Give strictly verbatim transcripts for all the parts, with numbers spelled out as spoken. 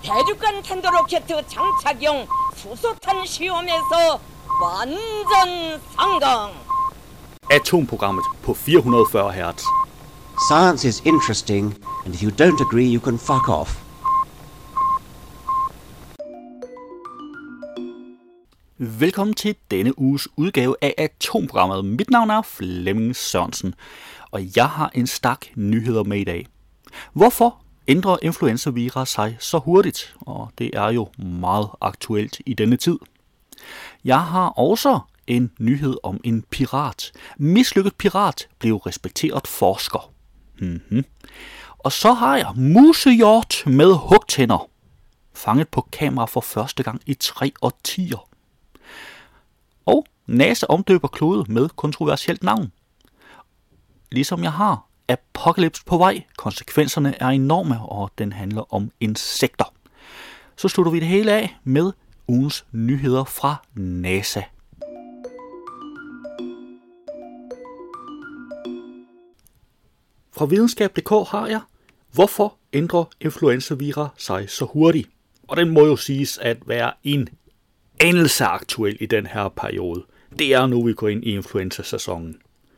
대륙간 탄도로켓 장착용 수소탄 시험에서 완전 성공. Atomprogrammet på fire hundrede og fyrre hertz. Science is interesting, and if you don't agree, you can fuck off. Velkommen til denne uges udgave af Atomprogrammet. Mit navn er Flemming Sørensen, og jeg har en stak nyheder med i dag. Hvorfor ændrer influenza-vira sig så hurtigt? Og det er jo meget aktuelt i denne tid. Jeg har også en nyhed om en pirat. Mislykket pirat blev respekteret forsker. Mm-hmm. Og så har jeg musehjort med hugtænder. Fanget på kamera for første gang i tre årtier. Og NASA omdøber klode med kontroversielt navn. Ligesom jeg har Apocalypse på vej. Konsekvenserne er enorme, og den handler om insekter. Så slutter vi det hele af med ugens nyheder fra NASA. Fra videnskab punktum d k har jeg, hvorfor ændrer influenza-vira sig så hurtigt? Og den må jo siges at være en anelse aktuel i den her periode. Det er nu, vi går ind i influenza-sæsonen.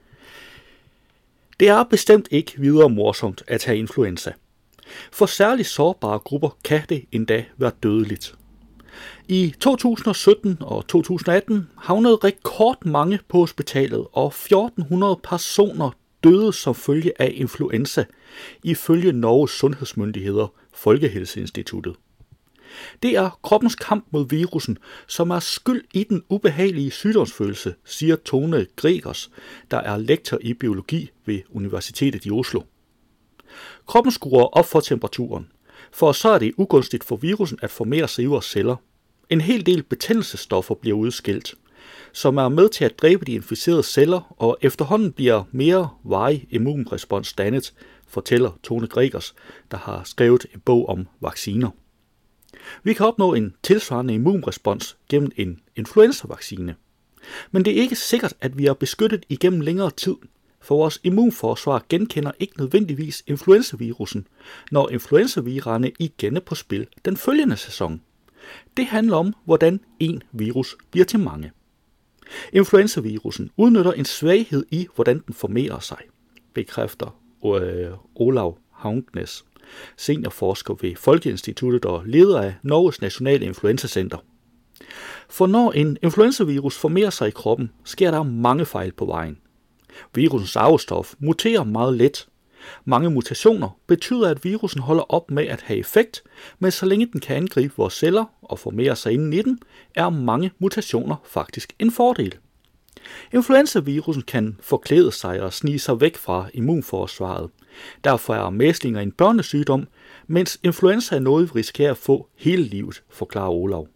Det er bestemt ikke videre morsomt at have influenza. For særligt sårbare grupper kan det endda være dødeligt. I to tusind og sytten og to tusind og atten havnede rekordmange på hospitalet, og fjorten hundrede personer døde som følge af influenza, ifølge Norges sundhedsmyndigheder, Folkehelseinstituttet. Det er kroppens kamp mod virussen, som er skyld i den ubehagelige sygdomsfølelse, siger Tone Gregers, der er lektor i biologi ved Universitetet i Oslo. Kroppen skruer op for temperaturen, for så er det ugunstigt for virussen at formere sig i vores celler. En hel del betændelsesstoffer bliver udskilt, som er med til at dræbe de inficerede celler, og efterhånden bliver mere varig immunrespons dannet, fortæller Tone Gregers, der har skrevet en bog om vacciner. Vi kan opnå en tilsvarende immunrespons gennem en influenza-vaccine. Men det er ikke sikkert, at vi er beskyttet igennem længere tid, for vores immunforsvar genkender ikke nødvendigvis influenzavirusen, når influenzavirerne igen er på spil den følgende sæson. Det handler om, hvordan en virus bliver til mange. Influenzavirusen udnytter en svaghed i, hvordan den formerer sig, bekræfter øh, Olav Haugnes, seniorforsker ved Folkeinstituttet og leder af Norges Nationale Influenzacenter. For når en influenzavirus formerer sig i kroppen, sker der mange fejl på vejen. Virusens arvestof muterer meget let. Mange mutationer betyder, at virusen holder op med at have effekt, men så længe den kan angribe vores celler og formere sig inden i den, er mange mutationer faktisk en fordel. Influenzavirusen kan forklæde sig og snige sig væk fra immunforsvaret. Derfor er mæslinger en børnesygdom, mens influenza er noget, vi risikerer at få hele livet, forklarer Olav.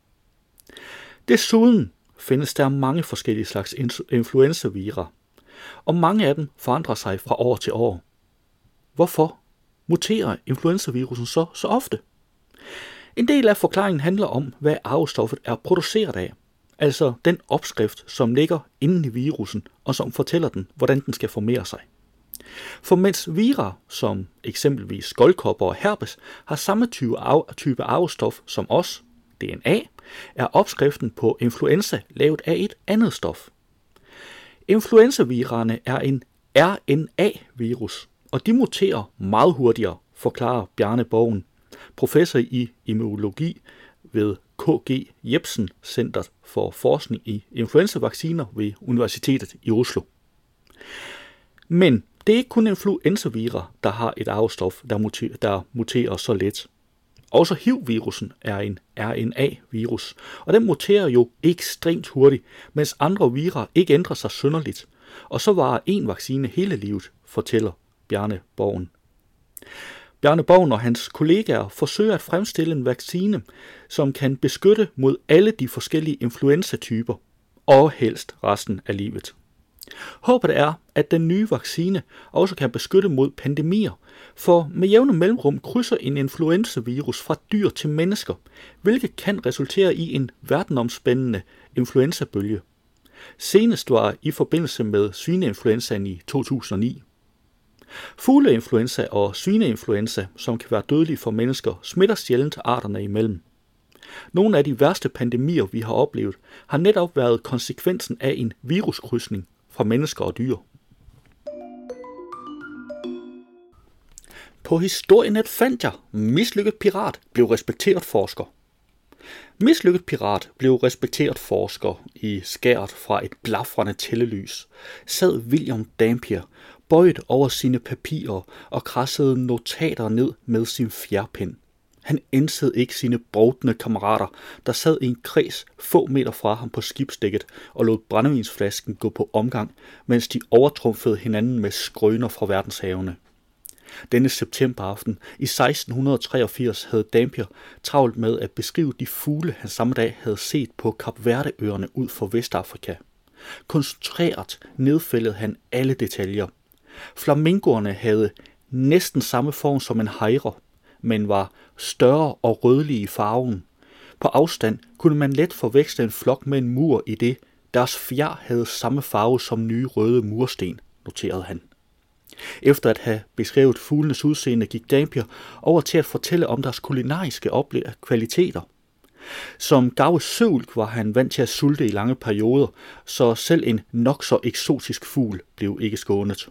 Desuden findes der mange forskellige slags influenzavira, og mange af dem forandrer sig fra år til år. Hvorfor muterer influenzavirusen så så ofte? En del af forklaringen handler om, hvad arvestoffet er produceret af, altså den opskrift, som ligger inde i virusen, og som fortæller den, hvordan den skal formere sig. For mens vira, som eksempelvis skoldkopper og herpes, har samme type, arv, type arvestof som os, D N A, er opskriften på influenza lavet af et andet stof. Influenzavirerne er en R N A-virus, og de muterer meget hurtigere, forklarer Bjarne Borgen, professor i immunologi ved K G Jebsen Center for Forskning i Influenzavacciner ved Universitetet i Oslo. Men det er ikke kun influenzavira, der har et arvestof, der muterer, der muterer så let. Også H I V-virusen er en R N A-virus, og den muterer jo ekstremt hurtigt, mens andre vira ikke ændrer sig synderligt. Og så varer en vaccine hele livet, fortæller Bjarne Borgen. Bjarne Borgen og hans kollegaer forsøger at fremstille en vaccine, som kan beskytte mod alle de forskellige influenzatyper, og helst resten af livet. Håbet er, at den nye vaccine også kan beskytte mod pandemier, for med jævne mellemrum krydser en influenzavirus fra dyr til mennesker, hvilket kan resultere i en verdenomspændende influenzabølge. Senest var i forbindelse med svineinfluenzaen i to tusind og ni. Fugleinfluenza og svineinfluenza, som kan være dødelige for mennesker, smitter sjældent arterne imellem. Nogle af de værste pandemier, vi har oplevet, har netop været konsekvensen af en viruskrydsning fra mennesker og dyr. På Historienet fandt jeg, mislykket pirat blev respekteret forsker. Mislykket pirat blev respekteret forsker. I skæret fra et blafrende tællelys sad William Dampier bøjet over sine papirer og krassede notater ned med sin fjerpen. Han ænsede ikke sine brovtende kammerater, der sad i en kreds få meter fra ham på skibsdækket og lod brændevinsflasken gå på omgang, mens de overtrumfede hinanden med skrøner fra verdenshavene. Denne septemberaften i seksten treogfirs havde Dampier travlt med at beskrive de fugle, han samme dag havde set på Kap Verde-øerne ud for Vestafrika. Koncentreret nedfældede han alle detaljer. Flamingoerne havde næsten samme form som en hejre, men var større og rødlige i farven. På afstand kunne man let forveksle en flok med en mur, i det deres fjer havde samme farve som nye røde mursten, noterede han. Efter at have beskrevet fuglenes udseende, gik Dampier over til at fortælle om deres kulinariske kvaliteter. Som gave søvlk var han vant til at sulte i lange perioder, så selv en nok så eksotisk fugl blev ikke skånet.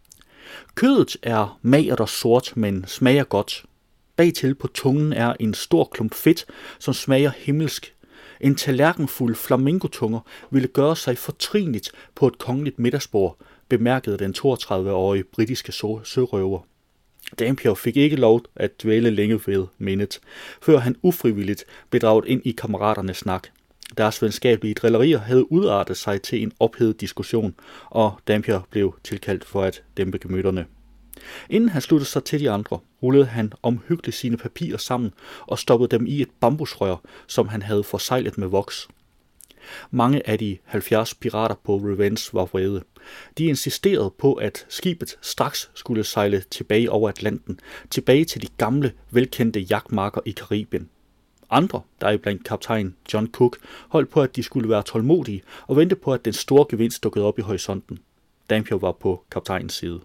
Kødet er magert og sort, men smager godt. Bagtil på tungen er en stor klump fedt, som smager himmelsk. En tallerkenfuld flamingotunger ville gøre sig fortrinligt på et kongeligt middagsbord, bemærkede den toogtredive-årige britiske sørøver. Dampier fik ikke lov at dvæle længe ved mindet, før han ufrivilligt blev draget ind i kammeraternes snak. Deres venskabelige drillerier havde udartet sig til en ophedet diskussion, og Dampier blev tilkaldt for at dæmpe gemytterne. Inden han sluttede sig til de andre, rullede han omhyggeligt sine papirer sammen og stoppede dem i et bambusrør, som han havde forseglet med voks. Mange af de halvfjerds pirater på Revenge var vrede. De insisterede på, at skibet straks skulle sejle tilbage over Atlanten, tilbage til de gamle, velkendte jagtmarker i Karibien. Andre, deriblandt kaptajn John Cook, holdt på, at de skulle være tålmodige og vente på, at den store gevinst dukkede op i horisonten. Dampier var på kaptajnens side.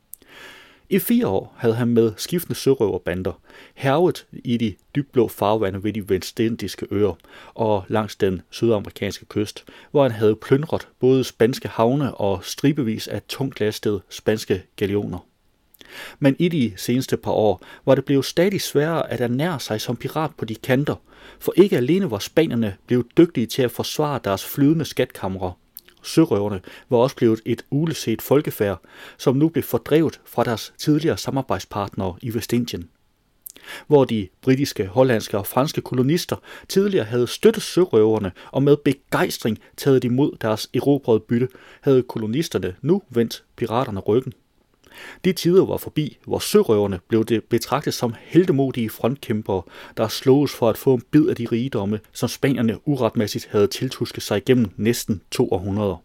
I fire år havde han med skiftende sørøverbander hærget i de dybblå farvande ved de vestindiske øer og langs den sydamerikanske kyst, hvor han havde plyndret både spanske havne og stribevis af tungt lastede spanske galioner. Men i de seneste par år var det blevet stadig sværere at ernære sig som pirat på de kanter, for ikke alene var spanierne blevet dygtige til at forsvare deres flydende skatkamre. Sørøverne var også blevet et uleset folkefærd, som nu blev fordrevet fra deres tidligere samarbejdspartnere i Vestindien. Hvor de britiske, hollandske og franske kolonister tidligere havde støttet sørøverne og med begejstring taget imod deres erobrede bytte, havde kolonisterne nu vendt piraterne ryggen. De tider var forbi, hvor sørøverne blev det betragtet som heltemodige frontkæmpere, der sloges for at få en bid af de rigdomme, som spanierne uretmæssigt havde tiltusket sig gennem næsten to århundreder.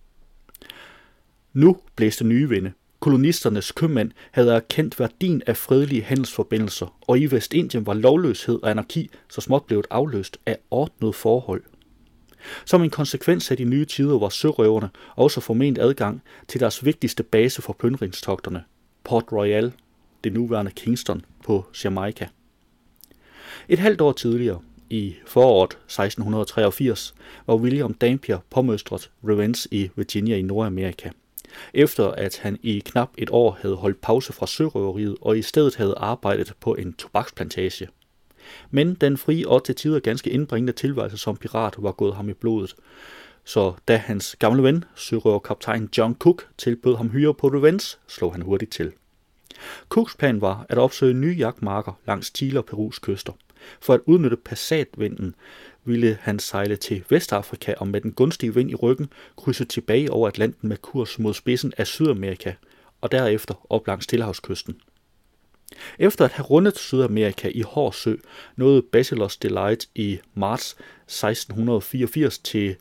Nu blæste nye vinde. Kolonisternes købmænd havde erkendt værdien af fredelige handelsforbindelser, og i Vestindien var lovløshed og anarki så småt blevet afløst af ordnede forhold. Som en konsekvens af de nye tider var sørøverne også forment adgang til deres vigtigste base for plyndringstogterne, Port Royal, det nuværende Kingston på Jamaica. Et halvt år tidligere, i foråret seksten treogfirs, var William Dampier påmøstret Revenge i Virginia i Nordamerika, efter at han i knap et år havde holdt pause fra sørøveriet og i stedet havde arbejdet på en tobaksplantage. Men den frie og til tider ganske indbringende tilværelse som pirat var gået ham i blodet. Så da hans gamle ven, sørøverkaptajn John Cook, tilbød ham hyre på Revenge, slog han hurtigt til. Cooks plan var at opsøge nye jagtmarker langs Chile og Perus kyster. For at udnytte passatvinden ville han sejle til Vestafrika og med den gunstige vind i ryggen krydse tilbage over Atlanten med kurs mod spidsen af Sydamerika og derefter op langs Stillehavskysten. Efter at have rundet Sydamerika i hård sø, nåede Bachelor's Delight i marts seksten fireogfirs til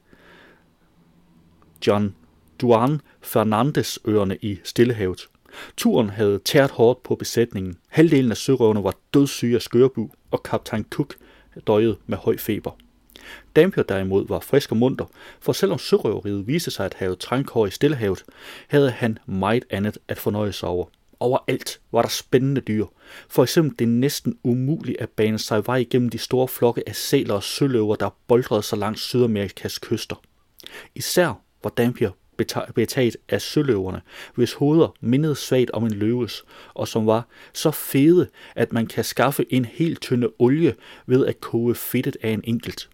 John Juan Fernandez-øerne i Stillehavet. Turen havde tært hårdt på besætningen. Halvdelen af sørøverne var dødssyge af skørebu, og kaptajn Cook døjede med høj feber. Dampier derimod var frisk og munter, for selvom sørøveriet viste sig at have trængkår i Stillehavet, havde han meget andet at fornøje sig over. Overalt var der spændende dyr. For eksempel det næsten umuligt at bane sig vej gennem de store flokke af sæler og søløver, der boldrede sig langs Sydamerikas kyster. Især var Dampier betaget af søløverne, hvis hoveder mindede svagt om en løves, og som var så fede, at man kan skaffe en helt tynde olie ved at koge fedtet af en enkelt.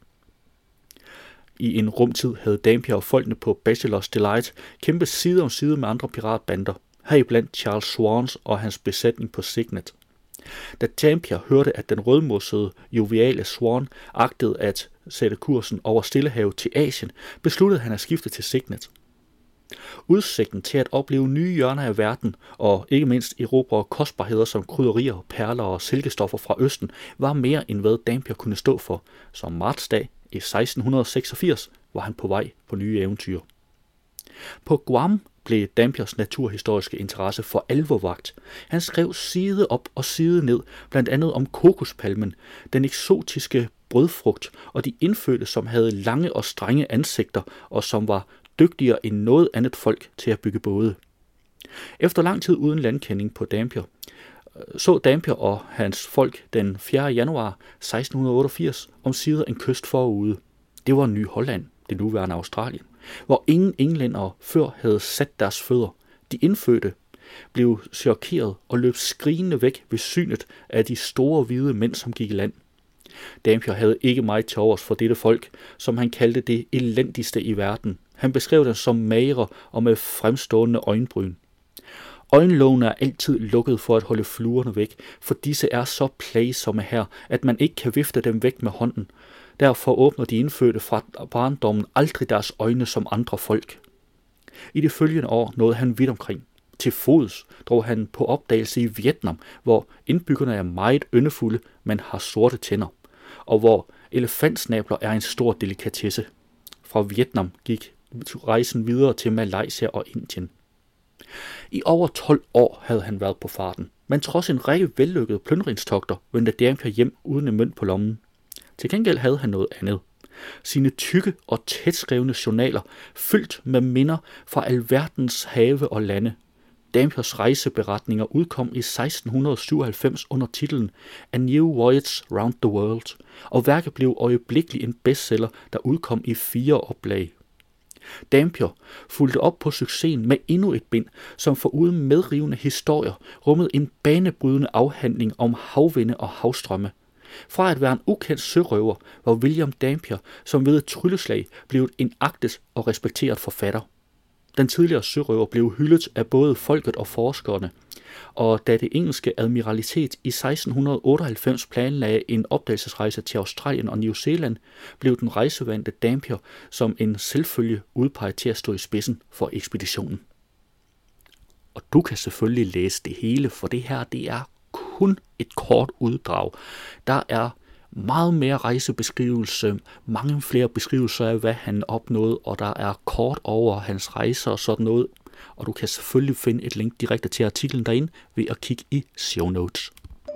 I en rumtid havde Dampier og folkene på Bachelor's Delight kæmpet side om side med andre piratbander, heriblandt Charles Swans og hans besætning på Signet. Da Dampier hørte, at den rødmossede, joviale Swan agtede at sætte kursen over Stillehavet til Asien, besluttede han at skifte til Signet. Udsigten til at opleve nye hjørner af verden, og ikke mindst erobre kostbarheder som krydderier, perler og silkestoffer fra Østen, var mere end hvad Dampier kunne stå for, så martsdag i seksten seksogfirs var han på vej på nye eventyr. På Guam blev Dampiers naturhistoriske interesse for alvor vakt. Han skrev side op og side ned, blandt andet om kokospalmen, den eksotiske brødfrugt og de indfødte, som havde lange og strenge ansigter og som var dygtigere end noget andet folk til at bygge både. Efter lang tid uden landkending på Dampier, så Dampier og hans folk den fjerde januar seksten otteogfirs omsider en kyst forude. Det var Ny Holland, det nuværende Australien, hvor ingen englændere før havde sat deres fødder. De indfødte blev chokeret og løb skrigende væk ved synet af de store hvide mænd, som gik i land. Dampier havde ikke meget til overs for dette folk, som han kaldte det elendigste i verden. Han beskrev dem som magre og med fremstående øjenbryn. Øjenlågene er altid lukket for at holde fluerne væk, for disse er så plagsomme her, at man ikke kan vifte dem væk med hånden. Derfor åbner de indfødte fra barndommen aldrig deres øjne som andre folk. I det følgende år nåede han vidt omkring. Til fods drog han på opdagelse i Vietnam, hvor indbyggerne er meget yndefulde, men har sorte tænder, og hvor elefantsnabler er en stor delikatesse. Fra Vietnam gik rejsen videre til Malaysia og Indien. I over tolv år havde han været på farten, men trods en række vellykkede plyndringstogter vendte Dampier hjem uden en mønt på lommen. Til gengæld havde han noget andet. Sine tykke og tætskrevne journaler, fyldt med minder fra alverdens have og lande. Dampiers rejseberetninger udkom i seksten syvoghalvfems under titlen A New Voyage Round the World, og værket blev øjeblikkeligt en bestseller, der udkom i fire oplag. Dampier fulgte op på succesen med endnu et bind, som foruden medrivende historier rummede en banebrydende afhandling om havvinde og havstrømme. Fra at være en ukendt sørøver var William Dampier som ved et trylleslag blevet en agtet og respekteret forfatter. Den tidligere sørøver blev hyldet af både folket og forskerne, og da det engelske admiralitet i seksten otteoghalvfems planlagde en opdagelsesrejse til Australien og New Zealand, blev den rejsevante Dampier som en selvfølge udpeget til at stå i spidsen for ekspeditionen. Og du kan selvfølgelig læse det hele, for det her det er kun et kort uddrag. Der er meget mere rejsebeskrivelse, mange flere beskrivelser af, hvad han opnåede, og der er kort over hans rejser og sådan noget. Og du kan selvfølgelig finde et link direkte til artiklen derinde ved at kigge i show notes.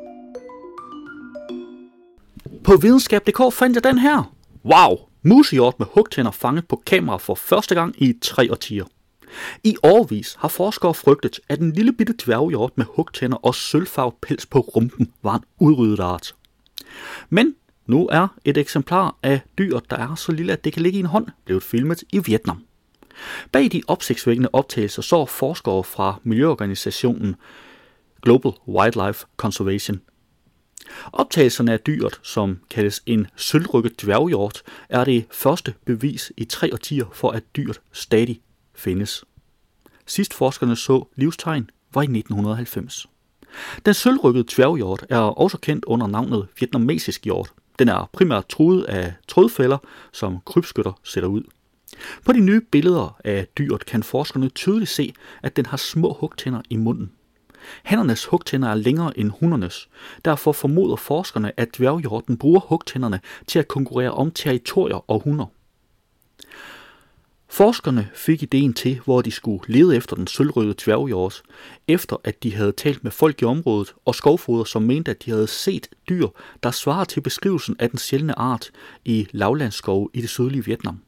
På videnskab punktum d k fandt jeg den her. Wow! Musehjort med hugtænder fanget på kamera for første gang i tre årtier. I årevis har forskere frygtet, at en lille bitte dværghjort med hugtænder og sølvfarvet pels på rumpen var en udryddet art. Men nu er et eksemplar af dyret, der er så lille, at det kan ligge i en hånd, blevet filmet i Vietnam. Bag de opsigtsvækkende optagelser så forskere fra miljøorganisationen Global Wildlife Conservation. Optagelserne af dyret, som kaldes en sølvrygget dværghjort, er det første bevis i tre årtier for, at dyret stadig findes. Sidst forskerne så livstegn var i nitten halvfems. Den sølvryggede dværghjort er også kendt under navnet vietnamesisk hjort. Den er primært truet af trådfælder, som krybskytter sætter ud. På de nye billeder af dyret kan forskerne tydeligt se, at den har små hugtænder i munden. Hannernes hugtænder er længere end hunnernes. Derfor formoder forskerne, at dværghjorten bruger hugtænderne til at konkurrere om territorier og hunner. Forskerne fik ideen til, hvor de skulle lede efter den sølvrøde dværghjort, efter at de havde talt med folk i området og skovfogeder, som mente, at de havde set dyr, der svarer til beskrivelsen af den sjældne art i lavlandsskove i det sydlige Vietnam.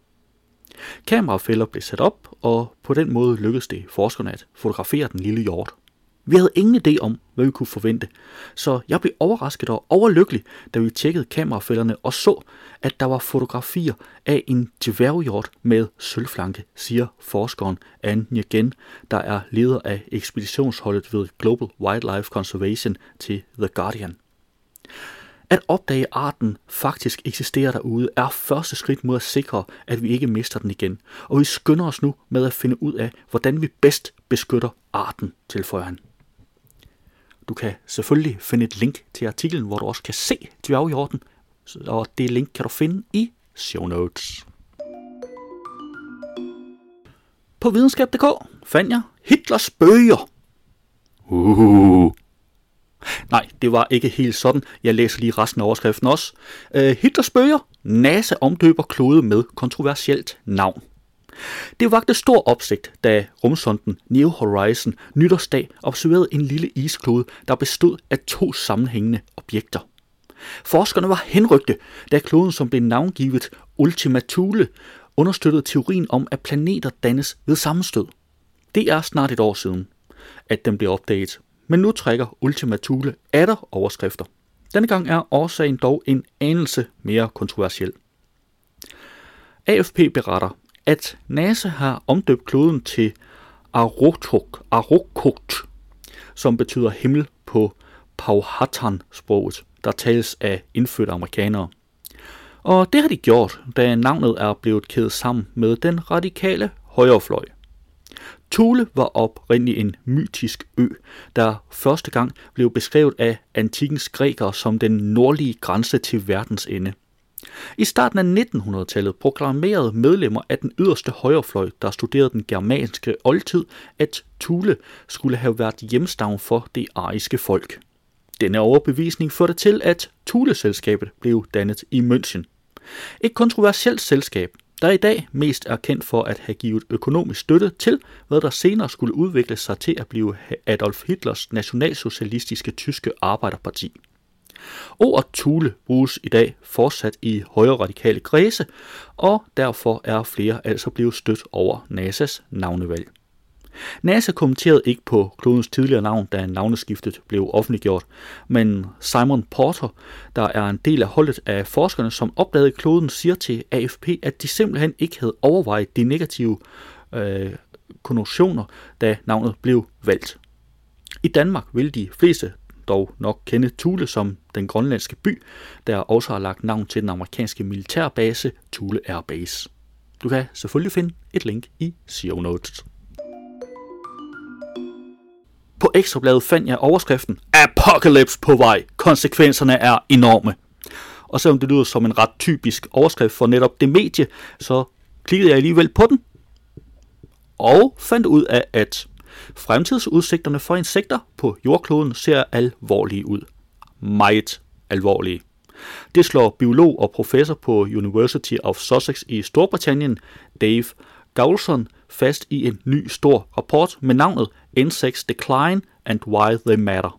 Kamerafælder blev sat op, og på den måde lykkedes det forskerne at fotografere den lille hjort. Vi havde ingen idé om, hvad vi kunne forvente, så jeg blev overrasket og overlykkelig, da vi tjekkede kamerafælderne og så, at der var fotografier af en dværghjort med sølvflanke, siger forskeren Anne Nyen, der er leder af ekspeditionsholdet ved Global Wildlife Conservation til The Guardian. At opdage arten faktisk eksisterer derude er første skridt mod at sikre, at vi ikke mister den igen, og vi skynder os nu med at finde ud af, hvordan vi bedst beskytter arten, tilføjer han. Du kan selvfølgelig finde et link til artiklen, hvor du også kan se dværghjorten, og det link kan du finde i show notes. På videnskab punktum d k fandt jeg Hitlers bøger. Uh. Nej, det var ikke helt sådan. Jeg læser lige resten af overskriften også. Uh, Hitlers bøger. NASA omdøber klode med kontroversielt navn. Det vagte stor opsigt, da rumsonden New Horizon nytårsdag observerede en lille isklode, der bestod af to sammenhængende objekter. Forskerne var henrygte, da kloden, som blev navngivet Ultima Thule, understøttede teorien om, at planeter dannes ved sammenstød. Det er snart et år siden, at den blev opdaget, men nu trækker Ultima Thule atter overskrifter. Denne gang er årsagen dog en anelse mere kontroversiel. A F P beretter, at NASA har omdøbt kloden til Aruktuk, Arukut, som betyder himmel på Powhatan-sproget, der tales af indfødte amerikanere. Og det har de gjort, da navnet er blevet kædet sammen med den radikale højrefløj. Thule var oprindeligt en mytisk ø, der første gang blev beskrevet af antikkens grækere som den nordlige grænse til verdens ende. I starten af nittenhundredetallet proklamerede medlemmer af den yderste højrefløj, der studerede den germanske oldtid, at Thule skulle have været hjemstavn for det ariske folk. Denne overbevisning førte til, at Thule-selskabet blev dannet i München. Et kontroversielt selskab, der i dag mest er kendt for at have givet økonomisk støtte til, hvad der senere skulle udvikle sig til at blive Adolf Hitlers nationalsocialistiske tyske arbejderparti. Ordet Thule bruges i dag fortsat i højre radikale kredse, og derfor er flere altså blevet stødt over NASAs navnevalg. NASA kommenterede ikke på klodens tidligere navn, da navneskiftet blev offentliggjort, men Simon Porter, der er en del af holdet af forskerne, som opdagede kloden, siger til A F P, at de simpelthen ikke havde overvejet de negative øh, konnotationer, da navnet blev valgt. I Danmark vil de fleste dog nok kende Thule som den grønlandske by, der også har lagt navn til den amerikanske militærbase Thule Air Base. Du kan selvfølgelig finde et link i show notes. På Ekstrabladet fandt jeg overskriften Apocalypse på vej. Konsekvenserne er enorme. Og selvom det lyder som en ret typisk overskrift for netop det medie, så klikkede jeg alligevel på den og fandt ud af, at fremtidsudsigterne for insekter på jordkloden ser alvorlige ud. Meget alvorlige. Det slår biolog og professor på University of Sussex i Storbritannien, Dave Goulson, fast i en ny stor rapport med navnet Insects Decline and Why They Matter.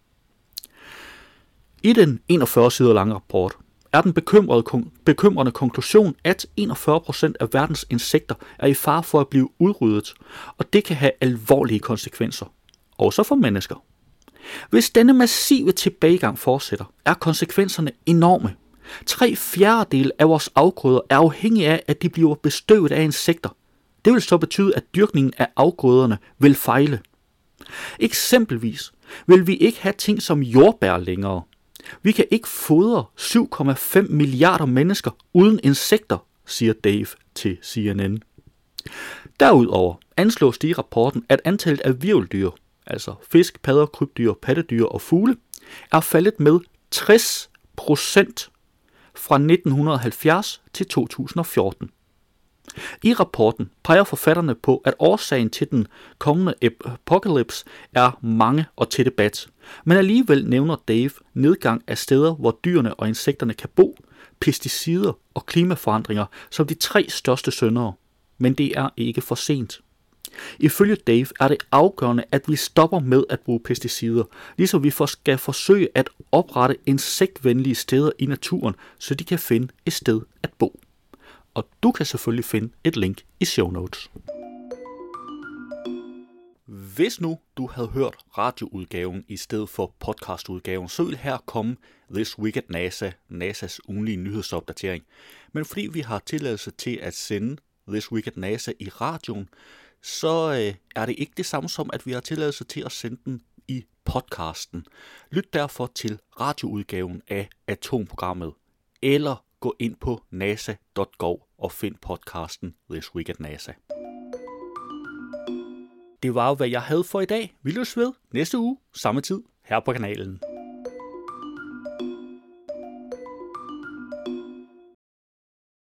I den enogfyrre sider lange rapport er den bekymrede, bekymrende konklusion, at enogfyrre procent af verdens insekter er i fare for at blive udryddet, og det kan have alvorlige konsekvenser, også for mennesker. Hvis denne massive tilbagegang fortsætter, er konsekvenserne enorme. Tre fjerdedele af vores afgrøder er afhængige af, at de bliver bestøvet af insekter. Det vil så betyde, at dyrkningen af afgrøderne vil fejle. Eksempelvis vil vi ikke have ting som jordbær længere. Vi kan ikke fodre syv komma fem milliarder mennesker uden insekter, siger Dave til C N N. Derudover anslås det i rapporten, at antallet af hvirveldyr, altså fisk, padder, krybdyr, pattedyr og fugle, er faldet med tres procent fra nitten halvfjerds til to tusind og fjorten. I rapporten peger forfatterne på, at årsagen til den kommende apocalypse er mange og til debat, men alligevel nævner Dave nedgang af steder, hvor dyrene og insekterne kan bo, pesticider og klimaforandringer som de tre største syndere. Men det er ikke for sent. Ifølge Dave er det afgørende, at vi stopper med at bruge pesticider, ligesom vi skal forsøge at oprette insektvenlige steder i naturen, så de kan finde et sted at bo. Og du kan selvfølgelig finde et link i show notes. Hvis nu du havde hørt radioudgaven i stedet for podcastudgaven, så vil her komme This Week at NASA, NASA's ugenlige nyhedsopdatering. Men fordi vi har tilladelse til at sende This Week at NASA i radioen, så øh, er det ikke det samme som, at vi har tilladelse til at sende den i podcasten. Lyt derfor til radioudgaven af Atomprogrammet, eller gå ind på nasa punktum gov og find podcasten This Week at NASA. Det var jo, hvad jeg havde for i dag. Vi løs ved næste uge, samme tid, her på kanalen.